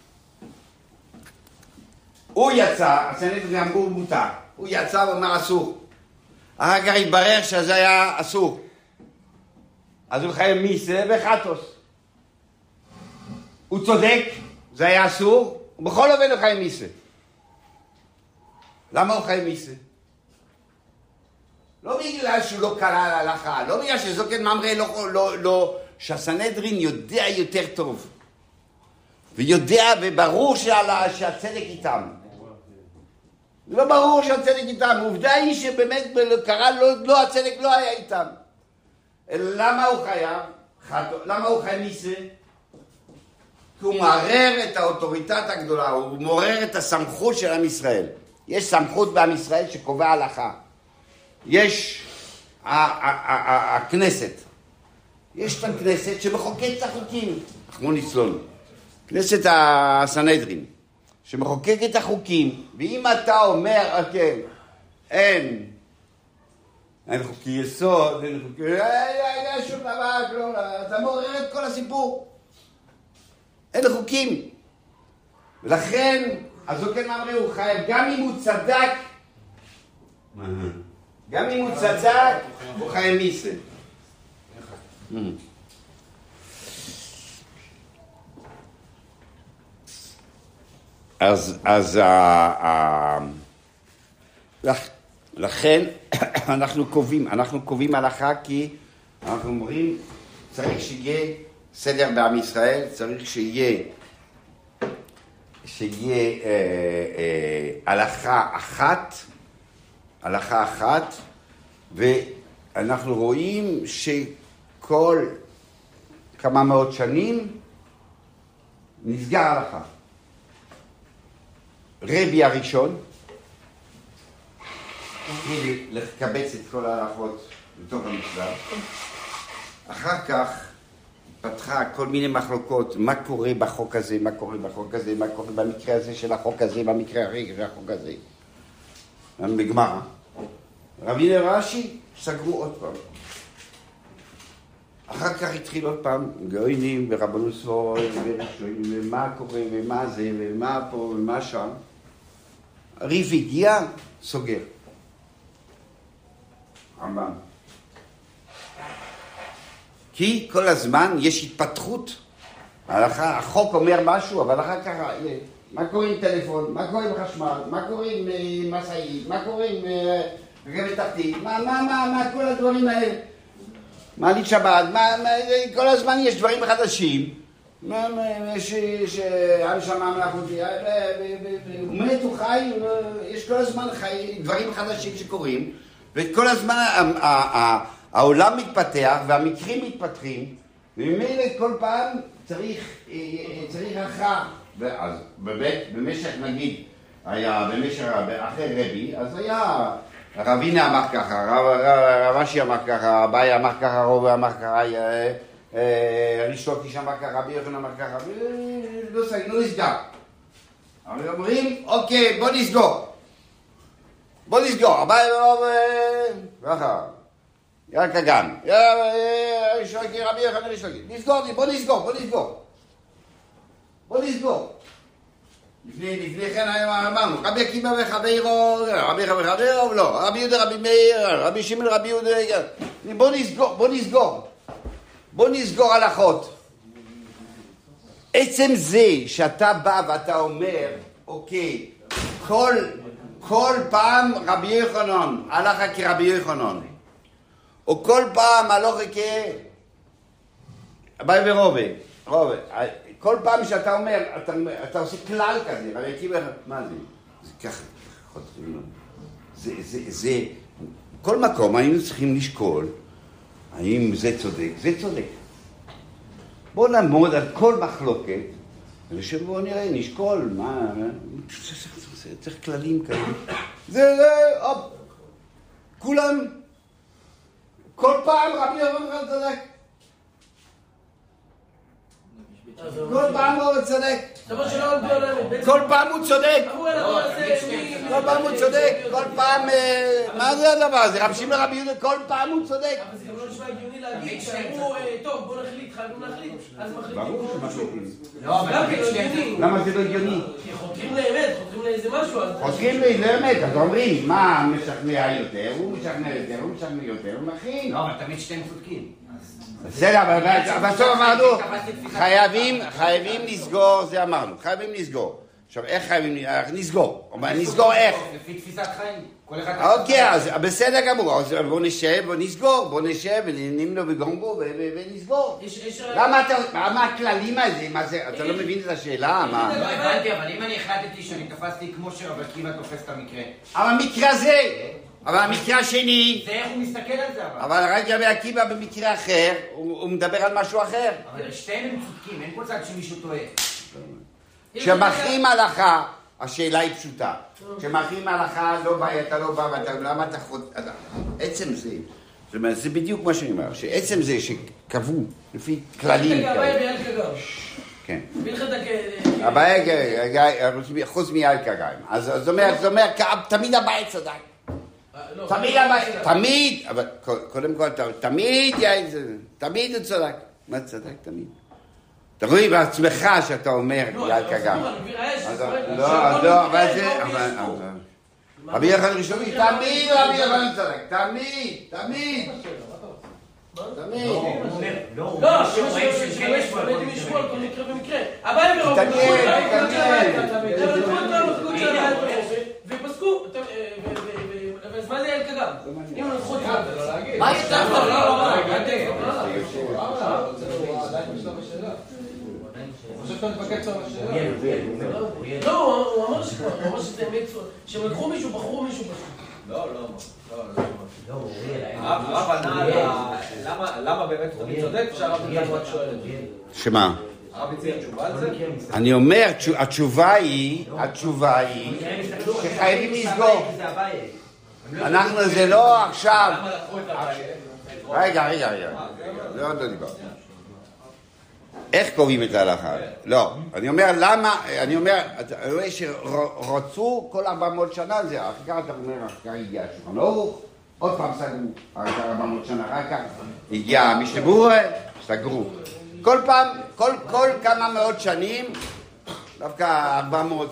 הוא יצא, הסנהדרין אמרו מותר. הוא יצא ואומר אסור. אחר כך התברר שזה היה אסור. אז הוא חייב מיסה וחטוס. הוא צודק, זה היה אסור, ובכל אופן הוא חי מיסה. למה הוא חי מיסה? לא בגלל שהוא לא קרא להלכה, לא בגלל שזוקן ממרא שהסנהדרין יודע יותר טוב. ויודע וברור שהצדק איתם. לא ברור שהצדק איתם. העובדה היא שבאמת קרא לא הצדק לא היה איתם. למה הוא חיה? למה הוא חי מיסה? כי הוא מערער את האוטוריטת הגדולה, הוא מעורר את הסמכות של עם ישראל. יש סמכות בעם ישראל שקובע הלכה. יש הכנסת. יש את הכנסת שמחוקק את החוקים. אנחנו נצלול. כנסת הסנהדרין, שמחוקק את החוקים, ואם אתה אומר, אוקיי, אין חוקי יסוד, אין חוקי... אין שום דבר, כלום, אתה מעורר את כל הסיפור. אין חוקים. ולכן, הזוקן ממרא הוא חייב, גם אם הוא צדק, הוא חייב מיסה. אז לכן אנחנו קובעים הלכה כי אנחנו אומרים צריך שיהיה סדר בעם ישראל, צריך שיהיה הלכה אחת, ואנחנו רואים שכל כמה מאות שנים נסגר הלכה. רבי הראשון התחיל לקבץ את כל ההלכות לתוך המשוואה. אחר כך פתחה כל מיני מחלוקות, מה קורה בחוק הזה, מה קורה במקרה הזה של החוק הזה, במקרה הרגע של החוק הזה. בגמרא. רבי רש"י סגרו עוד פעם. אחר כך התחיל עוד פעם גאונים ורבנות ספרד ומה קורה ומה זה ומה פה ומה שם. ריב הגיע, סוגר. רמב"ם. כי כל הזמן יש התפתחות. החוק אומר משהו, אבל אחר כך, מה קורה עם טלפון, מה קורה עם חשמל, מה קורה עם משאית, מה קורה עם רכבת תחתית, מה כל הדברים האלה. מעלית שבת, כל הזמן יש דברים חדשים. שעם שמע מלאכותי, הוא מת, הוא חי, יש כל הזמן דברים חדשים שקורים, וכל הזמן העולם מתפתח והמקרים מתפתחים, וממילא כל פעם צריך הכרעה. אז במשך נגיד, אחרי רבי, אז היה רבינה אמר ככה, רב אשי אמר ככה, אביי אמר ככה, רובי אמר ככה, אריסטוטל אמר ככה, רבי יוחנן אמר ככה, לא נסגר. אבל אומרים, אוקיי, בוא נסגור. אביי ככה, ירק הגן, רבי יוחנן אריסטוטל, בוא נסגור. לפני כן אמרנו, רבי עקיבא וחברו, לא, רבי יהודה, רבי מאיר, רבי שמעון, רבי יהודה, בוא נסגור הלכות. עצם זה שאתה בא ואתה אומר, אוקיי, כל פעם רבי יוחנן, הלכה כרבי יוחנן, או כל פעם הלכה אביי ורובי, כל פעם שאתה אומר, אתה עושה כלל כזה, אבל עקיבא, מה זה? זה ככה, זה, כל מקום היינו צריכים לשקול, האם זה צודק, בואו נעמוד על כל מחלוקת, ושבואו נראה, נשקול, מה, צריך כללים כאלה. זה, כולם, כל פעם רבי יוחנן צודק. כל פעם הוא צודק. כל פעם הוא צודק. כל פעם, מה זה הדבר הזה? רב שמעון רבי יהודה, כל פעם הוא צודק. אבל זה גם לא נשמע הגיוני להגיד שאמרו, טוב, בוא נחליט, חייבים להחליט, אז מחליטים. ברור שמחליטים. לא, אבל למה זה לא הגיוני? כי חותרים לאמת, חותרים לאיזה משהו. חותרים לאמת, אז אומרים, מה משכנע יותר, הוא משכנע יותר, הוא מכין. לא, אבל תמיד שתיים צודקים. בסדר, אבל בסוף אמרנו, חייבים לסגור, זה אמרנו, חייבים לסגור. עכשיו, איך חייבים, נסגור. נסגור איך? לפי תפיסת חיים. כל אחד... אוקיי, אז בסדר גמור, אז בוא נשב, בוא נסגור, בוא נשב ונמנו בגונגו ונסגור. מה הכללים הזה? מה זה? אתה לא מבין את השאלה? לא הבנתי, אבל אם אני החלטתי שאני תפסתי כמו שרבי עקיבא תופס את המקרה. אבל המקרה הזה, אבל המקרה השני... זה איך הוא מסתכל על זה אבל. אבל רק רבי עקיבא במקרה אחר, הוא מדבר על משהו אחר. אבל שתיהם הם צודקים, אין פה צד שמישהו טועה. כשמכריעים הלכה, השאלה היא פשוטה. כשמכריעים הלכה, אתה לא בא, למה אתה עצם זה, זאת אומרת, זה בדיוק מה שאני אומר, שעצם זה שקבעו, לפי כללים כאלה. כן. הבעיה, חוץ מיעל כגיים. אז זאת אומרת, תמיד הבעיה צדק. תמיד, אבל קודם כל, תמיד הוא צדק. מה צדק? תמיד. אתה רואה בעצמך שאתה אומר יעל כגיים. לא, אבל זה... רבי יוחנן ראשוני, תמיד רבי יוחנן צדק. תמיד. לא, רואים לשמוע על כל מקרה במקרה. הבעיה ברוב ופסקו, אז מה זה יעל כגיים? אם הוא נתחו את זה, מה יש לך? לא, הוא אמר שזה אמת, שהם לקחו מישהו, בחרו מישהו פשוט. לא. למה באמת הוא צודק שהרב נתן רק שואל את זה? שמה? הרב הציע תשובה על זה? אני אומר, התשובה היא שחייבים לסגור. אנחנו זה לא עכשיו... למה לקחו את הבעיה? רגע. זה עוד לא דיבר. איך קובעים את ההלכה? לא. אני אומר, למה? אני אומר, אתה רואה שרצו כל 400 שנה זה, אחר כך אתה אומר, אחר כך הגיע שולחן ערוך, עוד פעם סגרו, אחר כך 400 שנה, אחר כך הגיע המשנה ברורה, סגרו. כל פעם, כל כמה מאות שנים, דווקא 400,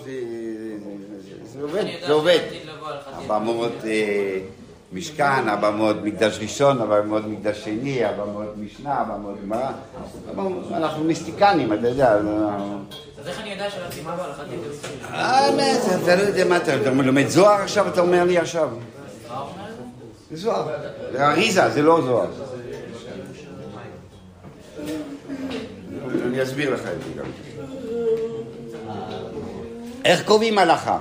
זה עובד. 400 משכן, 400 מקדש ראשון, 400 מקדש שני, 400 משנה, 400 גמרא. אנחנו מיסטיקנים, אתה יודע. אז איך אני יודע שלהציא מה בהלכתי בסדר? אתה לא יודע מה אתה לומד זוהר עכשיו, אתה אומר לי עכשיו. זה זוהר. זה אריזה, זה לא זוהר. אני אסביר לך את זה גם. איך קובעים הלכה?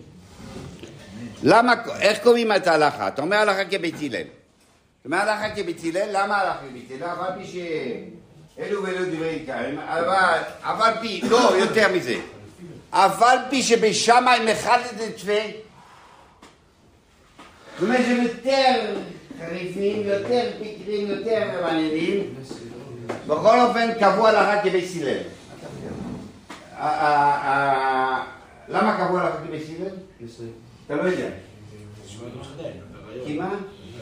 איך קובעים את ההלכה? אתה אומר הלכה כבית הלל. אתה אומר הלכה כבית הלל, למה הלכה כבית הלל? אבל פי שאלו ואלו דברי עיקרים, אבל פי, לא, יותר מזה. אבל פי שבשמיים אחד לטפה, זאת אומרת שהם יותר חריפים, יותר פיקרים, יותר מעניינים. בכל אופן קבעו הלכה כבית הלל. למה קבעו הלכה כבית הלל? אתה לא יודע. כי מה?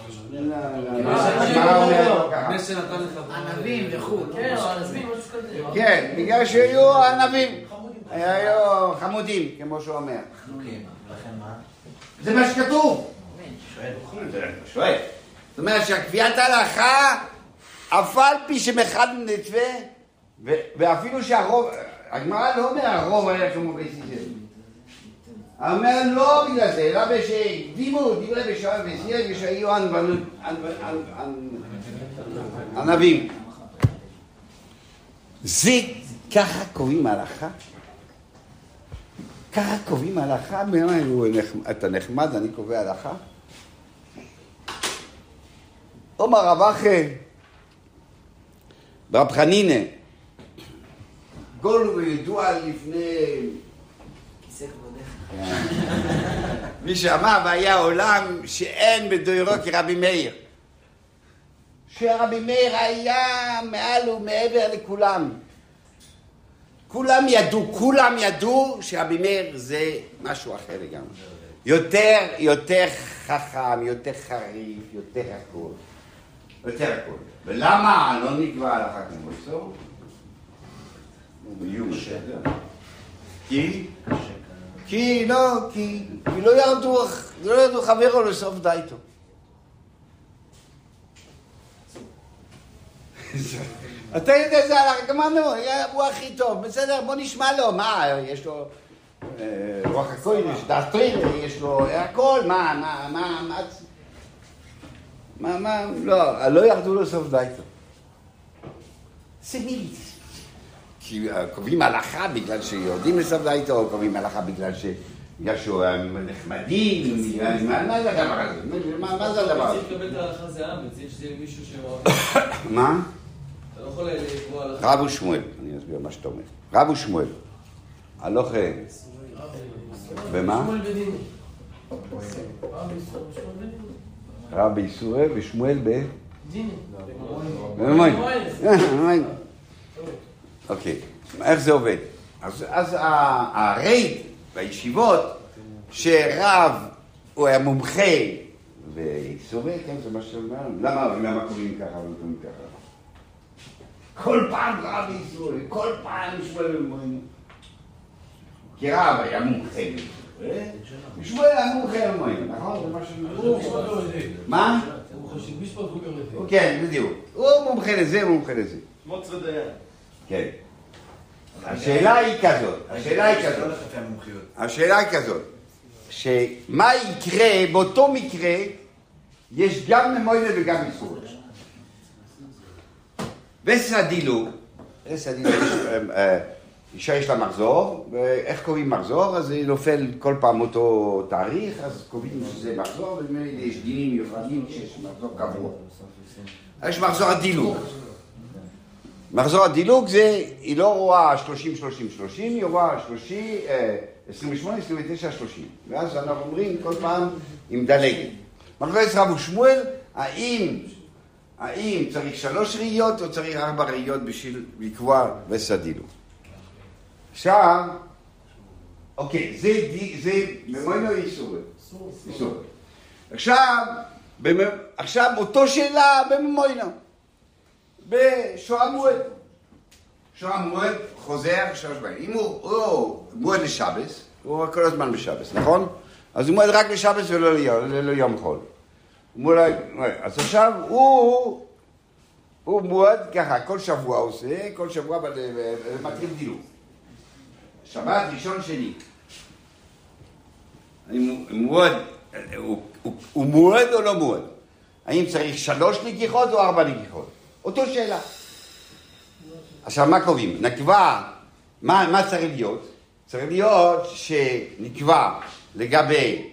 ענבים וכו'. כן, בגלל שהיו ענבים. היו חמודים, כמו שהוא אומר. זה מה שכתוב. שואל. זאת אומרת שהקביעת ההלכה, אף על פי שמחד נטווה, ואפילו שהרוב, הגמרא לא אומר הרוב היה כמו בית הלל. אומר לא בגלל זה, אלא בשקדימו, דברי בשעה וסייג ושהיו ענבים. זה ככה קובעים הלכה? ככה קובעים הלכה? אתה נחמד, אני קובע הלכה? אומר רב אחי, ברב חנינא, גולו וידוע לפני... מי שאמר, והיה עולם שאין בדוירו כרבי מאיר. שרבי מאיר היה מעל ומעבר לכולם. כולם ידעו שרבי מאיר זה משהו אחר לגמרי. יותר חכם, יותר חריף, יותר הכל. ולמה לא נקבע הלכה כמו זו? כי לא ירדו חברו לסוף דייתו. אתה יודע זה הלכה, גמרנו, הוא הכי טוב, בסדר, בוא נשמע לו, מה, יש לו רוח הקודש, דעת תורה, יש לו הכל, לא ירדו לסוף דייטו. זה מיליץ. כי קובעים הלכה בגלל שיורדים לסוף דייטו, או קובעים הלכה בגלל שהוא נחמדים, מה זה הדבר הזה? מה זה הדבר הזה? צריך לקבל את ההלכה זה עם, צריך שזה מישהו שמאוד... מה? אתה לא יכול לקבוע הלכה. רב ושמואל, אני אסביר מה שאתה אומר. רב ושמואל, הלוך... במה? רב בישראל ושמואל ב... במוין. אוקיי, איך זה עובד? אז הרייד בישיבות שרב הוא היה מומחה וישראל, כן, זה מה שאומר, למה קוראים ככה וקוראים ככה? כל פעם רב בישראל, כל פעם שמואל במוין. כי רב היה מומחה ושמואל היה מומחה במוין, נכון? זה מה שאומר. מה? הוא חושב משפט והוא גם לזה. כן, בדיוק. הוא מומחה לזה, הוא מומחה לזה. מוצא דיין. כן. השאלה היא כזאת, שמה יקרה, באותו מקרה, יש גם ממוינה וגם איסור. וסדילו, אישה יש לה מחזור, ואיך קוראים מחזור? אז זה נופל כל פעם אותו תאריך, אז קובעים שזה מחזור, ויש דינים מיוחדים שיש מחזור קבוע. יש מחזור הדילוג. מחזור הדילוג זה, היא לא רואה 30-30-30, היא רואה 28, 29, 30. ואז אנחנו אומרים כל פעם עם דלגת. מחזור רב ושמואל, האם צריך 3 ראיות או צריך 4 ראיות בשביל לקבוע וסדילו? עכשיו, אוקיי, זה במוינו איסור. עכשיו אותו שאלה במוינו. בשואה מועד. שואה מועד חוזר 3 פעמים. אם הוא מועד לשבס, הוא כל הזמן בשבס, נכון? אז הוא מועד רק לשבס ולא ליום חול. אז עכשיו הוא מועד ככה, כל שבוע עושה, כל שבוע מתחיל דילוג. שבת, ראשון, שני. הוא מועד או לא מועד? האם צריך 3 נגיחות או 4 נגיחות? אותו שאלה. עכשיו, מה קובעים? נקבע, מה צריך להיות? צריך להיות שנקבע לגבי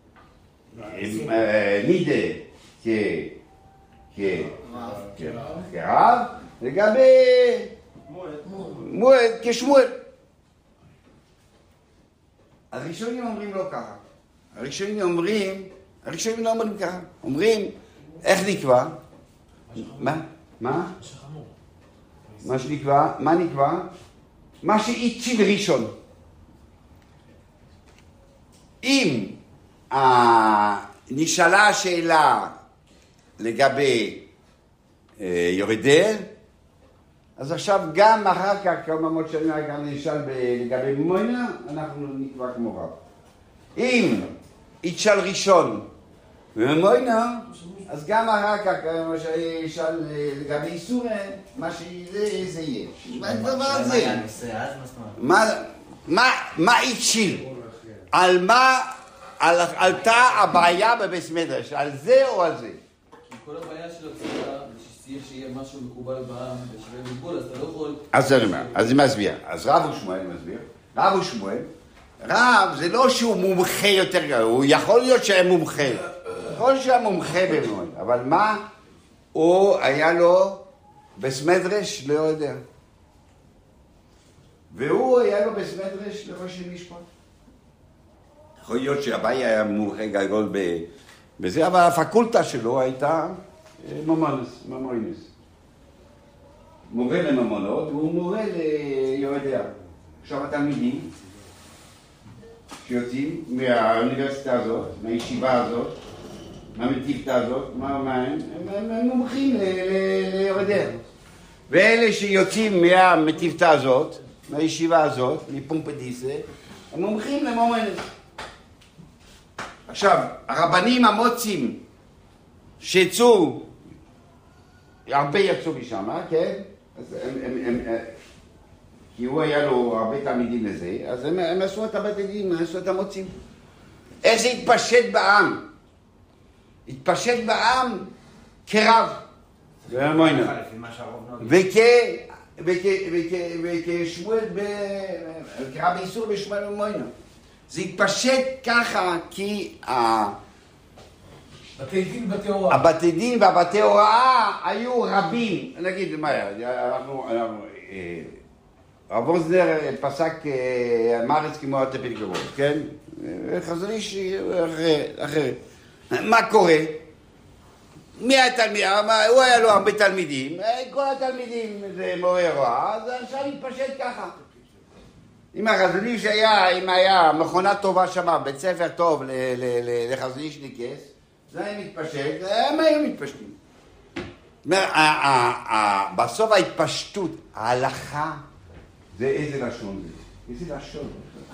נידה כרב, לגבי מועד כשמואל. הראשונים אומרים לא ככה. הראשונים לא אומרים ככה. אומרים, איך נקבע? מה? מה שנקבע? מה נקבע? מה שהציל ראשון. אם נשאלה השאלה לגבי יורדל, אז עכשיו גם אחר כך, כמה מאות שנים גם נשאל לגבי מוינה, אנחנו נקבע כמו רב. אם יתשאל ראשון ומוינה, אז גם אחר כך, מה שישאל לגבי איסור, מה שזה יהיה. מה יתשיל? על מה עלתה הבעיה בבית מדרש? על זה או על זה? כל הבעיה של הפסיקה, שצריך שיהיה משהו מקובל בעם, ושווה בלבול, אז אתה לא יכול... אז אני אומר, אז אני מסביר. אז רב ושמואל מסביר. רב ושמואל, רב זה לא שהוא מומחה יותר גדול, הוא יכול להיות שהיה מומחה. יכול להיות שהיה מומחה במועד, אבל מה הוא היה לו בסמדרש לא יודע. והוא היה לו בסמדרש לראש משפט. יכול להיות שהבאי היה מומחה גדול בזה, אבל הפקולטה שלו הייתה ממוינס. מורה לממונות, והוא מורה ליורדיה. עכשיו התלמידים שיוצאים מהאוניברסיטה הזאת, מהישיבה הזאת, מהמטיפתא הזאת, הם מומחים ליורדיה. ואלה שיוצאים מהמטיפתא הזאת, מהישיבה הזאת, מפומפדיסה, הם מומחים למומנס. עכשיו, הרבנים המוצאים שיצאו, הרבה יצאו משם, כן? אז הם כי הוא היה לו הרבה תלמידים לזה, אז הם עשו את הבתי דין, הם עשו את המוצאים. איך זה התפשט בעם? התפשט בעם כרב. וכשמואל, כרב איסור בשמואל ומוינו. זה התפשט ככה כי הבתי דין והבתי הוראה היו רבים. נגיד, מה היה? רב ווזנר פסק מארץ כמו הטפילגרון, כן? חזון איש אחרת. מה קורה? מי התלמיד? הוא היה לו הרבה תלמידים, כל התלמידים זה מורה הוראה, אז עכשיו התפשט ככה. אם החזון איש היה, אם היה מכונה טובה שמה, בית ספר טוב לחזון איש ניקס, זה היה מתפשט, הם היו מתפשטים. בסוף ההתפשטות, ההלכה, זה איזה לשון זה? איזה לשון?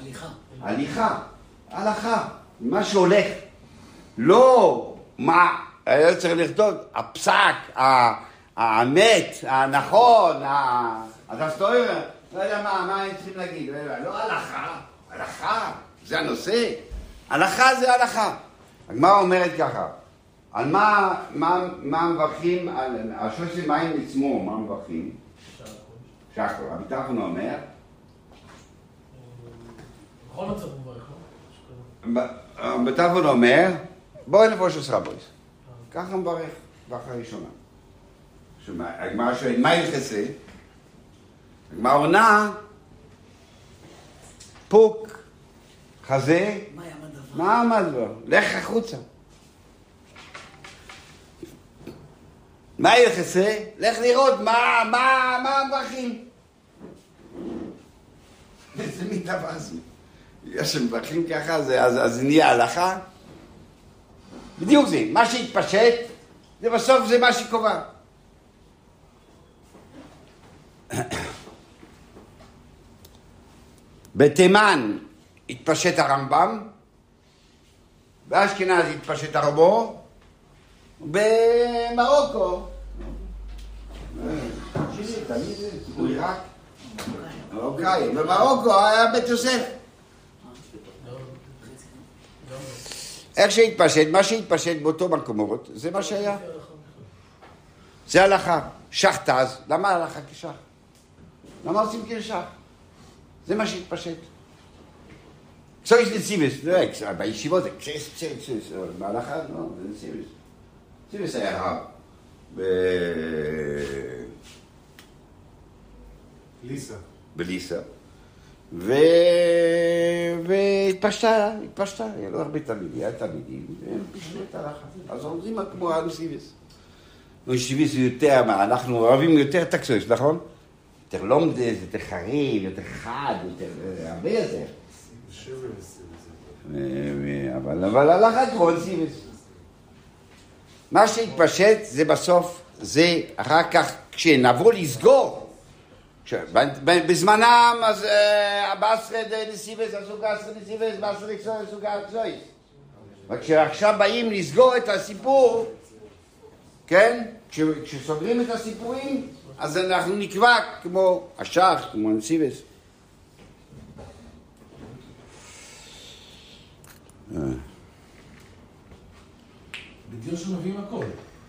הליכה, מה שהולך. לא, מה, היה צריך לכתוב, הפסק, האמת, הנכון, הסטויר, לא יודע מה הם צריכים להגיד, לא הלכה, זה הנושא. הלכה זה הלכה. הגמרא אומרת ככה, על מה מברכים, על שלושת מים עצמו, מה מברכים? שחר, הביטחון אומר, בכל מצב הוא מברך, לא? הביטחון אומר, בואי נפוש רבויס. ככה מברך, ברכה ראשונה. הגמרא שואל, מה יחסה? הגמרא עונה, פוק, חזה, מה עמד בו? לך החוצה. מה יחסה? לך לראות מה מברכים. זה מי דבר זה? בגלל שמברכים ככה, אז זה נהיה הלכה. בדיוק זה, מה שהתפשט, זה בסוף זה מה שקובע. בתימן התפשט הרמב"ם, באשכנז התפשט הרבו, במרוקו, הוא עיראק, מרוקאי, במרוקו היה בית יוסף. איך שהתפשט, מה שהתפשט באותו מקומות, זה מה שהיה. זה הלכה. שחטז, למה הלכה כשח? למה עושים כשח? זה מה שהתפשט. קסויס נציבס, בישיבות זה קסויס, בהלכה לא, זה נציבס. נציבס היה רב. בליסה. והתפשטה, היה לו הרבה תלמידים, היה תלמידים, והם פישטו את ההלכה. אז עומדים כמו הנציבס. נציבס זה יותר, אנחנו אוהבים יותר את הקסויס, נכון? יותר לומדס, יותר חריב, יותר חד, הרבה יותר. אבל הלכה כמו נציבס. מה שהתפשט זה בסוף, זה אחר כך כשנבוא לסגור, בזמנם אז בעשרה נסיבס עשו עשרה נסיבס, בעשרה נקסור עשו קסויס. וכשעכשיו באים לסגור את הסיפור, כן? כשסוגרים את הסיפורים, אז אנחנו נקבע כמו השח, כמו נסיבס. בדיוק שמביאים הכל.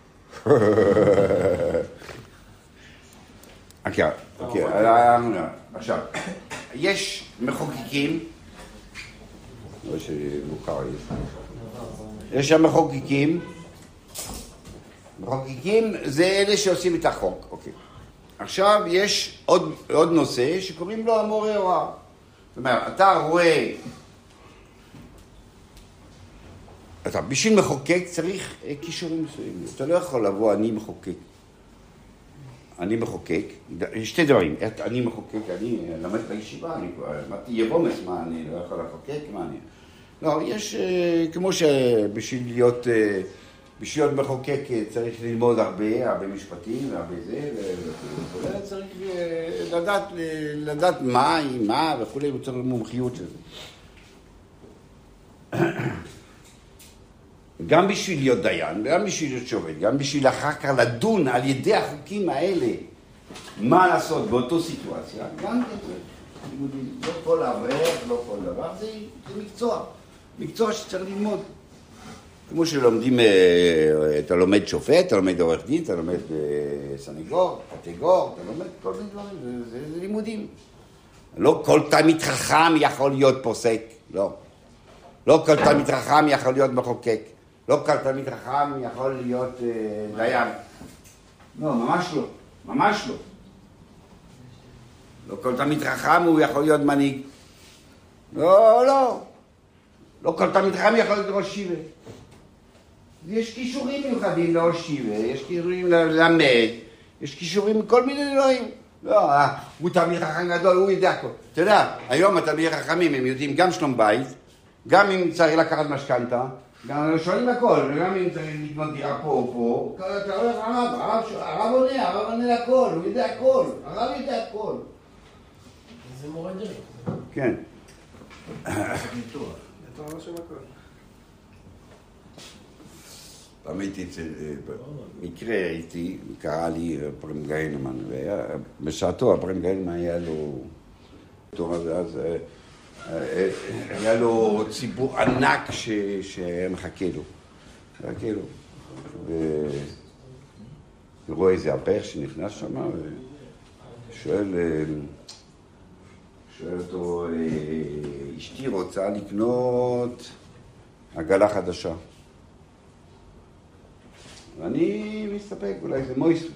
אוקיי, עכשיו, יש מחוקקים, לא שמוכר יש שם מחוקקים זה אלה שעושים את החוק, אוקיי. עכשיו יש עוד נושא שקוראים לו המורה הוראה. זאת אומרת, אתה רואה, בשביל מחוקק צריך כישורים מסוימים. אתה לא יכול לבוא, אני מחוקק, שתי דברים, אני מחוקק, אני למד בישיבה, אני למדתי יבומס, מה אני לא יכול לחוקק, מה אני... לא, יש, כמו שבשביל להיות מחוקק צריך ללמוד הרבה משפטים והרבה זה, צריך לדעת מה וכולי, הוא צריך מומחיות של זה. גם בשביל להיות דיין, גם בשביל להיות שופט, גם בשביל אחר כך לדון על ידי החוקים האלה מה לעשות באותו סיטואציה, גם זה לימודים, לא כל אברך, לא כל דבר, זה מקצוע, מקצוע שצריך ללמוד. כמו שלומדים, אתה לומד שופט, אתה לומד עורך דין, אתה לומד סניגור, קטגור, אתה לומד כל מיני דברים, זה לימודים. לא כל תלמיד חכם יכול להיות פוסק, לא. לא כל תלמיד חכם יכול להיות מחוקק. לא כל תלמיד חכם יכול להיות דיין. לא, ממש לא. ממש לא. לא כל תלמיד חכם הוא יכול להיות מנהיג. לא, לא. לא כל תלמיד חכם יכול להיות ראש ישיבה. יש כישורים מיוחדים לראש ישיבה, יש כישורים ללמד, יש כישורים מכל מיני דברים. לא, הוא תלמיד חכם גדול, הוא יודע הכל. אתה יודע, היום התלמידי חכמים הם יודעים גם שלום בית, גם אם צריך לקחת משכנתה, גם שואלים הכל, וגם אם צריך לקנות דירה פה או פה, אתה הולך הרב עונה הכל, הוא יודע הכל, הרב יודע הכל. זה מורה דרך. כן. פעם הייתי, במקרה הייתי, קרא לי פרם גיינמן, ובשעתו הפרם גיינמן היה לו, אז היה לו ציבור ענק שמחכה לו, ורואה איזה הפך שנכנס שם, ושואל אותו, אשתי רוצה לקנות עגלה חדשה. ואני מסתפק, אולי זה מויסוס.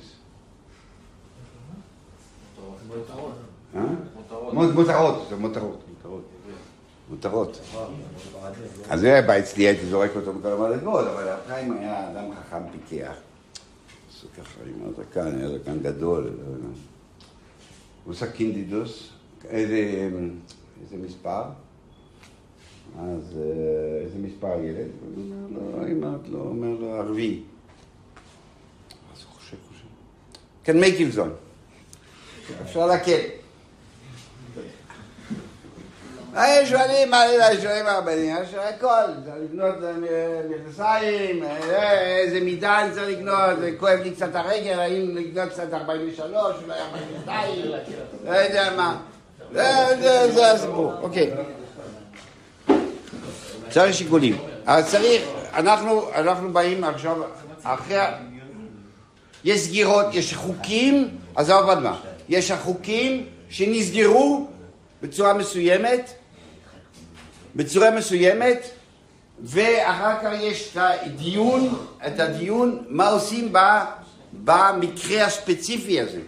מותרות. אז זה היה אצלי, הייתי זורק אותו מכל המדרגות, אבל החיים היה אדם חכם פיקח. עשו ככה עם הזקן, היה זקן גדול. הוא עושה קינדידוס, איזה מספר? אז איזה מספר ילד? הוא אומר לו, אמא, את לא אומר לו, ערבי. אז הוא חושב. כן, מייקלזון. אפשר להקל. שואלים הרבנים, הכל, צריך לקנות מכנסיים, איזה מידה אני צריך לקנות, כואב לי קצת הרגל, האם לקנות קצת 43, אולי 42, לא יודע מה. זה הסיפור, אוקיי. צריך שיקולים. אז צריך, אנחנו באים עכשיו, אחרי, יש סגירות, יש חוקים, אז לא עבד מה. יש החוקים שנסגרו בצורה מסוימת, ואחר כך יש את הדיון, מה עושים במקרה הספציפי הזה.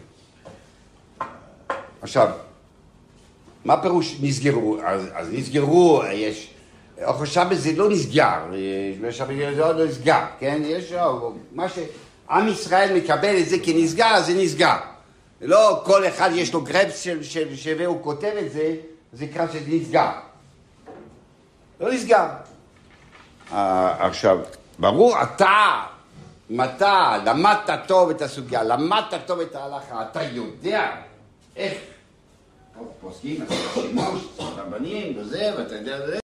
עכשיו, מה פירוש נסגרו? אז נסגרו, יש, עכשיו זה לא נסגר, זה לא נסגר, כן? יש מה שעם ישראל מקבל את זה כנסגר, אז זה נסגר. לא כל אחד יש לו גרפס והוא כותב את זה, זה קרא שזה נסגר. לא נסגר. עכשיו, ברור, אתה למדת טוב את הסוגיה, למדת טוב את ההלכה, אתה יודע איך פוסקים, אתה שימוש, רבנים וזה, ואתה יודע זה.